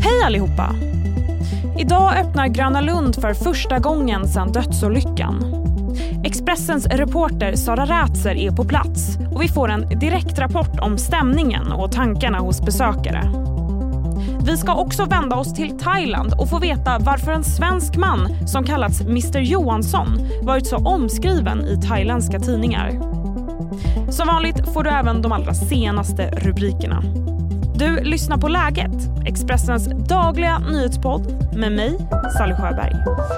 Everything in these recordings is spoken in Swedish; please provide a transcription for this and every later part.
Hej allihopa! Idag öppnar Gröna Lund för första gången sedan dödsolyckan. Expressens reporter Sara Rätzer är på plats och vi får en direkt rapport om stämningen och tankarna hos besökare. Vi ska också vända oss till Thailand och få veta varför en svensk man som kallats Mr. Johansson varit så omskriven i thailändska tidningar. Som vanligt får du även de allra senaste rubrikerna. Du lyssnar på Läget, Expressens dagliga nyhetspodd med mig, Sally Sjöberg.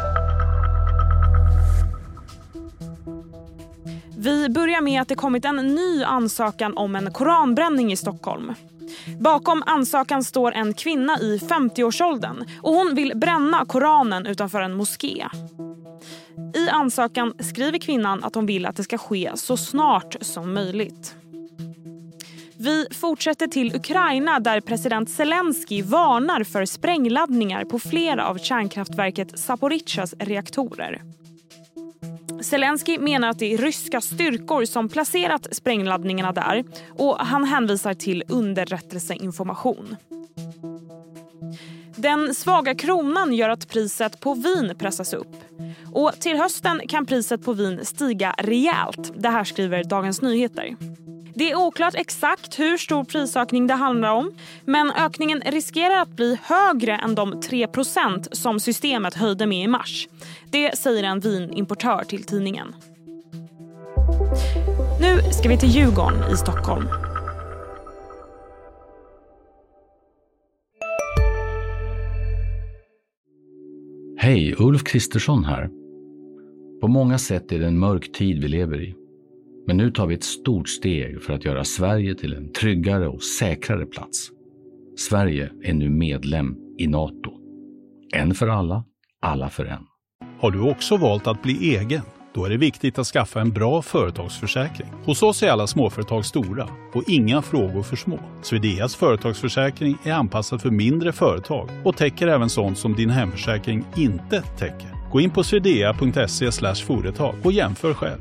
Vi börjar med att det kommit en ny ansökan om en koranbränning i Stockholm. Bakom ansökan står en kvinna i 50-årsåldern och hon vill bränna Koranen utanför en moské. I ansökan skriver kvinnan att hon vill att det ska ske så snart som möjligt. Vi fortsätter till Ukraina där president Zelensky varnar för sprängladdningar på flera av kärnkraftverket Zaporizjzjas reaktorer. Zelensky menar att det är ryska styrkor som placerat sprängladdningarna där och han hänvisar till underrättelseinformation. Den svaga kronan gör att priset på vin pressas upp. Och till hösten kan priset på vin stiga rejält. Det här skriver Dagens Nyheter. Det är oklart exakt hur stor prisökning det handlar om, men ökningen riskerar att bli högre än de 3% som systemet höjde med i mars. Det säger en vinimportör till tidningen. Nu ska vi till Djurgården i Stockholm. Hej, Ulf Kristersson här. På många sätt är det en mörk tid vi lever i. Men nu tar vi ett stort steg för att göra Sverige till en tryggare och säkrare plats. Sverige är nu medlem i NATO. En för alla, alla för en. Har du också valt att bli egen? Då är det viktigt att skaffa en bra företagsförsäkring. Hos oss är alla småföretag stora och inga frågor för små. Swedeas företagsförsäkring är anpassad för mindre företag och täcker även sånt som din hemförsäkring inte täcker. Gå in på swedea.se/företag och jämför själv.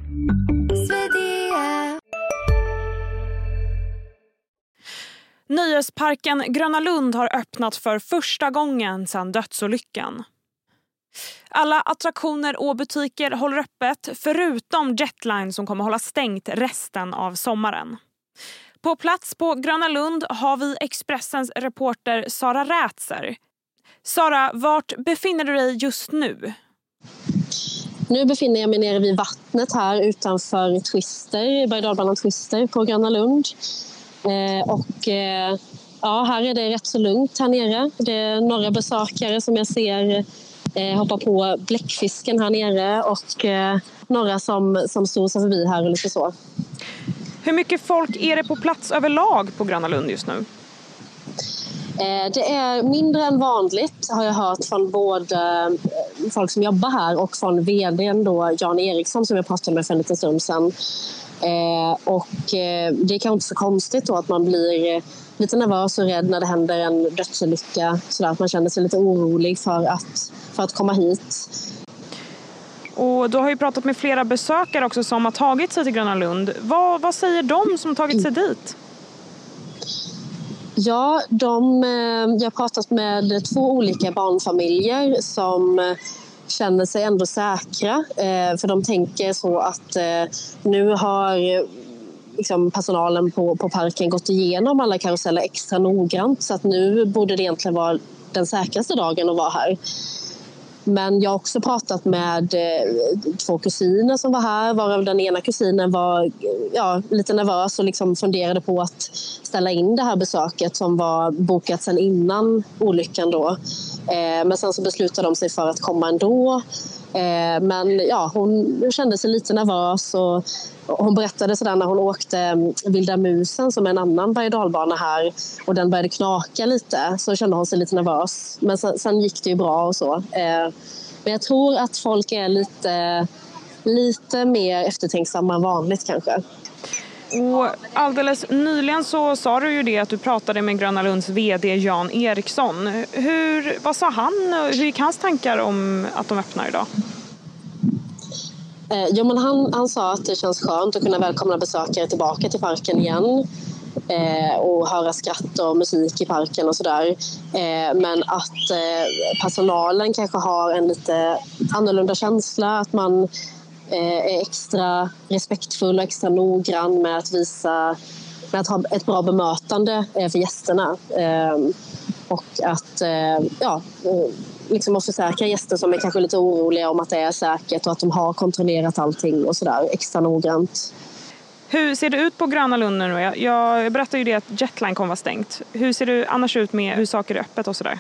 Nöjesparken Gröna Lund har öppnat för första gången sedan dödsolyckan. Alla attraktioner och butiker håller öppet förutom Jetline som kommer hålla stängt resten av sommaren. På plats på Gröna Lund har vi Expressens reporter Sara Rätzer. Sara, vart befinner du dig just nu? Nu befinner jag mig nere vid vattnet här utanför Twister, berg-och-dalbanan Twister på Gröna Lund. Här är det rätt så lugnt här nere. Det är några besökare som jag ser hoppa på bläckfisken här nere och några som strosar förbi här och lite så. Hur mycket folk är det på plats överlag på Gröna Lund just nu? Det är mindre än vanligt har jag hört från både folk som jobbar här och från vdn då Jan Eriksson som jag pratade med för en liten stund sedan. Det är kanske inte så konstigt då att man blir lite nervös och rädd när det händer en dödsolycka så att man känner sig lite orolig för att komma hit. Och du har ju pratat med flera besökare också som har tagit sig till Gröna Lund. Vad säger de som tagit sig dit? Ja, jag har pratat med 2 olika barnfamiljer som känner sig ändå säkra. För de tänker så att nu har personalen på parken gått igenom alla karuseller extra noggrant. Så att nu borde det egentligen vara den säkraste dagen att vara här. Men jag har också pratat med 2 kusiner som var här, varav den ena kusinen var lite nervös och funderade på att ställa in det här besöket som var bokat sedan innan olyckan då. Men sen så beslutade de sig för att komma ändå. Men hon kände sig lite nervös och hon berättade sådär när hon åkte Vilda Musen som är en annan berg-och-dalbana här och den började knaka lite så kände hon sig lite nervös. Men sen gick det ju bra och så. Men jag tror att folk är lite mer eftertänksamma än vanligt kanske. Och alldeles nyligen så sa du ju det att du pratade med Gröna Lunds vd Jan Eriksson. Vad sa han och hur gick hans tankar om att de öppnar idag? Men han sa att det känns skönt att kunna välkomna besökare tillbaka till parken igen. och höra skratt och musik i parken och sådär. Men att personalen kanske har en lite annorlunda känsla, att man är extra respektfull och extra noggrann med att ha ett bra bemötande för gästerna. Och att liksom måste säkra gäster som är kanske lite oroliga om att det är säkert och att de har kontrollerat allting och sådär extra noggrant. Hur ser det ut på Gröna Lund nu? Jag berättade ju det att Jetline kommer vara stängt. Hur ser det annars ut med hur saker är öppet och sådär?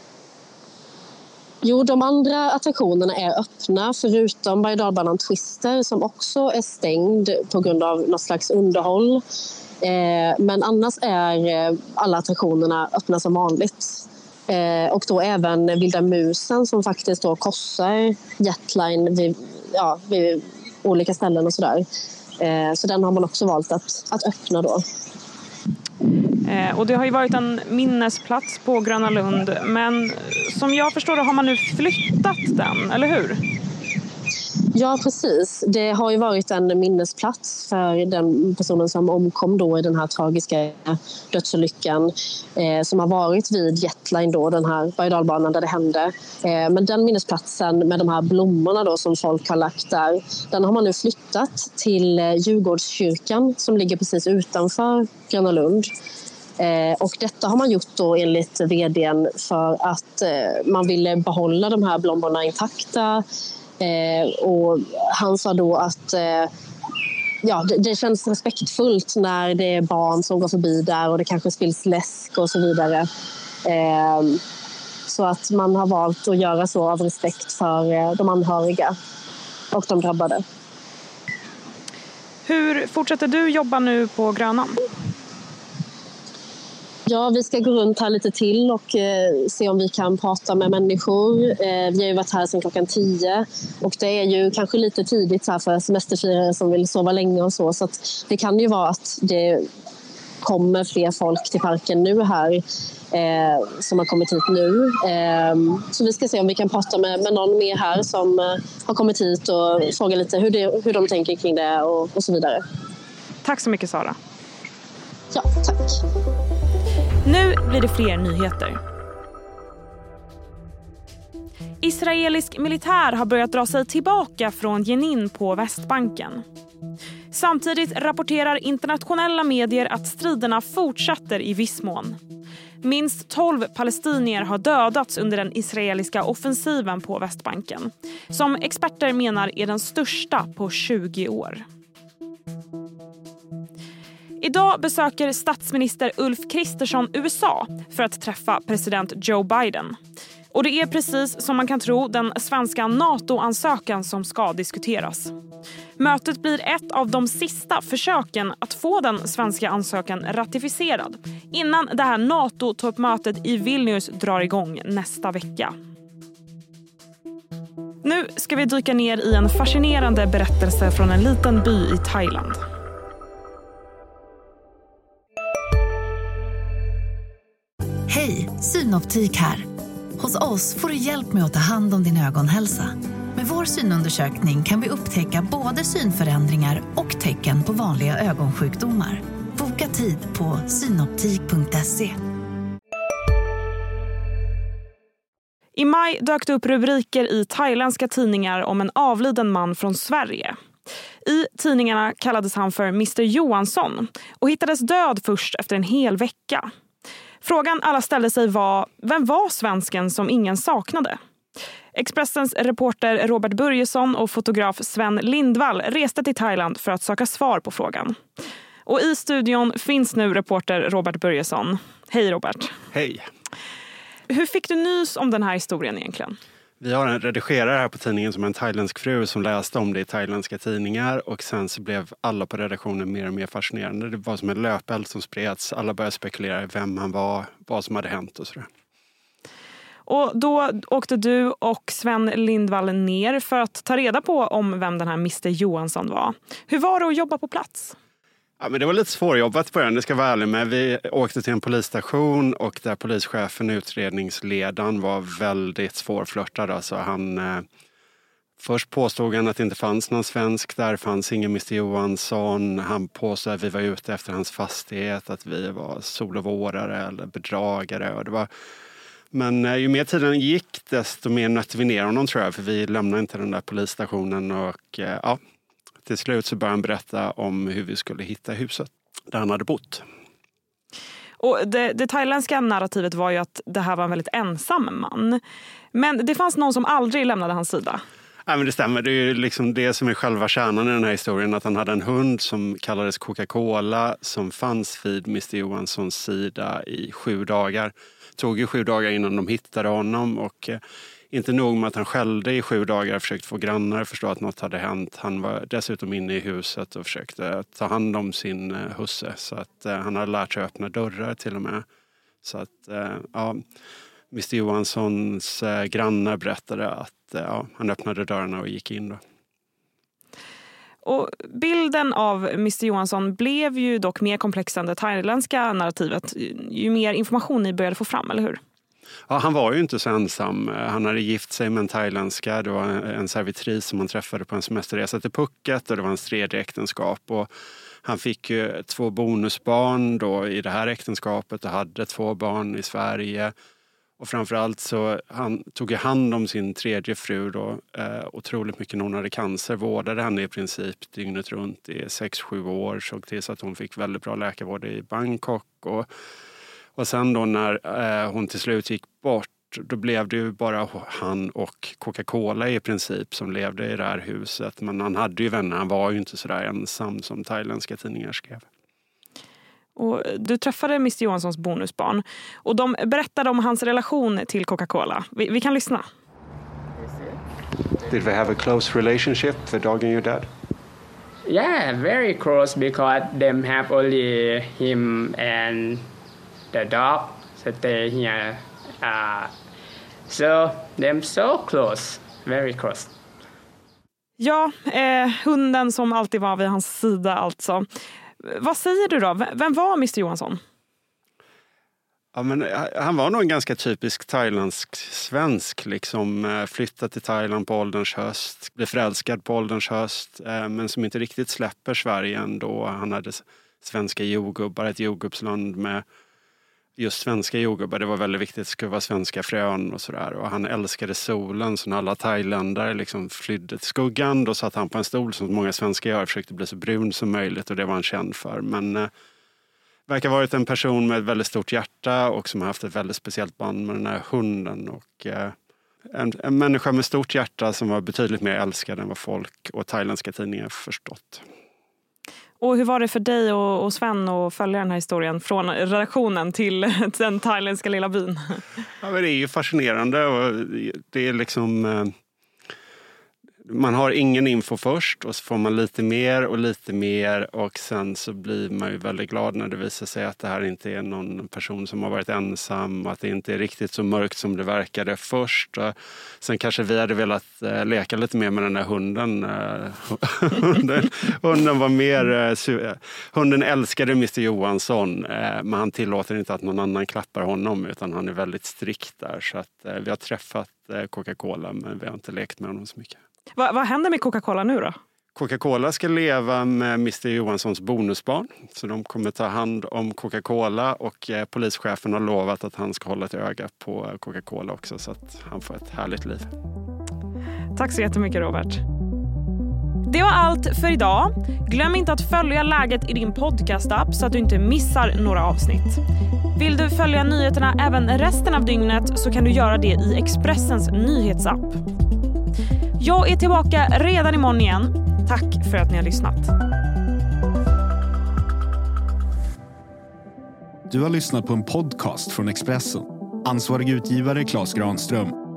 Jo, de andra attraktionerna är öppna förutom berg- och dalbanan Twister som också är stängd på grund av något slags underhåll. Men annars är alla attraktionerna öppna som vanligt. Och då även Vilda musen som faktiskt då korsar Jetline vid olika ställen och sådär. Så den har man också valt att öppna då. Och det har ju varit en minnesplats på Gröna Lund, men som jag förstår det har man nu flyttat den, eller hur? Ja, precis. Det har ju varit en minnesplats för den personen som omkom då i den här tragiska dödsolyckan som har varit vid Jetline då, den här berg- och dalbanan där det hände. Men den minnesplatsen med de här blommorna då som folk har lagt där, den har man nu flyttat till Djurgårdskyrkan som ligger precis utanför Gröna Lund. Och detta har man gjort då enligt vdn för att man ville behålla de här blommorna intakta. Och han sa då att det känns respektfullt när det är barn som går förbi där och det kanske spills läsk och så vidare. Så att man har valt att göra så av respekt för de anhöriga och de drabbade. Hur fortsätter du jobba nu på Grönan? Ja, vi ska gå runt här lite till och se om vi kan prata med människor. Vi har ju varit här sedan klockan 10 och det är ju kanske lite tidigt så här för semesterfirare som vill sova länge och så att det kan ju vara att det kommer fler folk till parken nu här som har kommit hit nu. Så vi ska se om vi kan prata med någon mer här som har kommit hit och fråga lite hur de tänker kring det och så vidare. Tack så mycket, Sara. Ja, tack. Nu blir det fler nyheter. Israelisk militär har börjat dra sig tillbaka från Jenin på Västbanken. Samtidigt rapporterar internationella medier att striderna fortsätter i viss mån. Minst 12 palestinier har dödats under den israeliska offensiven på Västbanken, som experter menar är den största på 20 år. Idag besöker statsminister Ulf Kristersson USA för att träffa president Joe Biden. Och det är precis som man kan tro den svenska NATO-ansökan som ska diskuteras. Mötet blir ett av de sista försöken att få den svenska ansökan ratificerad innan det här NATO-toppmötet i Vilnius drar igång nästa vecka. Nu ska vi dyka ner i en fascinerande berättelse från en liten by i Thailand. Hej, Synoptik här. Hos oss får du hjälp med att ta hand om din ögonhälsa. Med vår synundersökning kan vi upptäcka både synförändringar och tecken på vanliga ögonsjukdomar. Boka tid på synoptik.se. I maj dök det upp rubriker i thailändska tidningar om en avliden man från Sverige. I tidningarna kallades han för Mr. Johansson och hittades död först efter en hel vecka. Frågan alla ställde sig var, vem var svensken som ingen saknade? Expressens reporter Robert Börjesson och fotograf Sven Lindvall reste till Thailand för att söka svar på frågan. Och i studion finns nu reporter Robert Börjesson. Hej Robert. Hej. Hur fick du nys om den här historien egentligen? Vi har en redigerare här på tidningen som är en thailändsk fru som läste om det i thailändska tidningar och sen så blev alla på redaktionen mer och mer fascinerande. Det var som en löpeld som spreds. Alla började spekulera i vem han var, vad som hade hänt och sådär. Och då åkte du och Sven Lindvall ner för att ta reda på om vem den här Mr. Johansson var. Hur var det att jobba på plats? Ja, men det var lite svårjobbat på den, det ska vara ärlig med. Vi åkte till en polisstation och där polischefen, utredningsledaren, var väldigt svårflörtad. Alltså han Först påstod han att det inte fanns någon svensk där, fanns ingen Mr Johansson. Han påstod att vi var ute efter hans fastighet, att vi var solovårare eller bedragare. Och det var... Men ju mer tiden gick desto mer nötte vi ner honom tror jag, för vi lämnade inte den där polisstationen och till slut så började han berätta om hur vi skulle hitta huset där han hade bott. Och det thailändska narrativet var ju att det här var en väldigt ensam man. Men det fanns någon som aldrig lämnade hans sida. Ja, men det stämmer. Det är ju liksom det som är själva kärnan i den här historien. Att han hade en hund som kallades Coca-Cola som fanns vid Mr Johanssons sida i 7 dagar. Det tog ju 7 dagar innan de hittade honom och inte nog med att han skällde i 7 dagar och försökte få grannar att förstå att något hade hänt. Han var dessutom inne i huset och försökte ta hand om sin husse. Så att han hade lärt sig öppna dörrar till och med. Så att Mr Johanssons grannar berättade att han öppnade dörrarna och gick in då. Och bilden av Mr Johansson blev ju dock mer komplex än det thailändska narrativet. Ju mer information ni började få fram, eller hur? Ja, han var ju inte så ensam. Han hade gift sig med en thailändska. Det var en servitris som han träffade på en semesterresa till Phuket och det var hans 3:e äktenskap. Och han fick ju 2 bonusbarn då i det här äktenskapet och hade 2 barn i Sverige. Och framförallt så han tog hand om sin 3:e fru då, otroligt mycket när hon hade cancer. Vårdade henne i princip dygnet runt i 6-7 år. Såg till så att hon fick väldigt bra läkarvård i Bangkok. Och sen då när hon till slut gick bort, då blev det ju bara han och Coca-Cola i princip som levde i det här huset. Men han hade ju vänner, han var ju inte så där ensam som thailändska tidningar skrev. Och du träffade Mr Johanssons bonusbarn och de berättade om hans relation till Coca-Cola. Vi kan lyssna. Did they have a close relationship, the dog and your dad? Yeah, very close because them have only him and the dog stay here. So they're so close, very close. Ja, hunden som alltid var vid hans sida alltså. Vad säger du då? Vem var Mr Johansson? Ja, men han var nog en ganska typisk thailändsk svensk. Liksom, flyttade till Thailand på ålderns höst. Blev förälskad på ålderns höst. Men som inte riktigt släpper Sverige ändå. Han hade svenska jordgubbar. Ett jordgubbsland med just svenska jordgubbar. Det var väldigt viktigt. Det skulle vara svenska frön och sådär. Och han älskade solen. Så när alla thailändare liksom flydde till skuggan. Då satt han på en stol som många svenskar gör. Försökte bli så brun som möjligt. Och det var han känd för. Men verkar ha varit en person med ett väldigt stort hjärta och som har haft ett väldigt speciellt band med den här hunden. Och en människa med stort hjärta som var betydligt mer älskad än vad folk och thailändska tidningar förstått. Och hur var det för dig och Sven att följa den här historien från redaktionen till den thailändska lilla byn? Ja, men det är ju fascinerande och det är liksom... Man har ingen info först och så får man lite mer och sen så blir man ju väldigt glad när det visar sig att det här inte är någon person som har varit ensam och att det inte är riktigt så mörkt som det verkade först. Och sen kanske vi hade velat leka lite mer med den där hunden. Hunden var mer... Hunden älskade Mr Johansson men han tillåter inte att någon annan klappar honom utan han är väldigt strikt där. Så att vi har träffat Coca-Cola men vi har inte lekt med honom så mycket. Vad händer med Coca-Cola nu då? Coca-Cola ska leva med Mr Johanssons bonusbarn. Så de kommer ta hand om Coca-Cola och polischefen har lovat att han ska hålla ett öga på Coca-Cola också så att han får ett härligt liv. Tack så jättemycket Robert. Det var allt för idag. Glöm inte att följa läget i din podcast-app så att du inte missar några avsnitt. Vill du följa nyheterna även resten av dygnet så kan du göra det i Expressens nyhetsapp. Jag är tillbaka redan imorgon igen. Tack för att ni har lyssnat. Du har lyssnat på en podcast från Expressen. Ansvarig utgivare Claes Granström.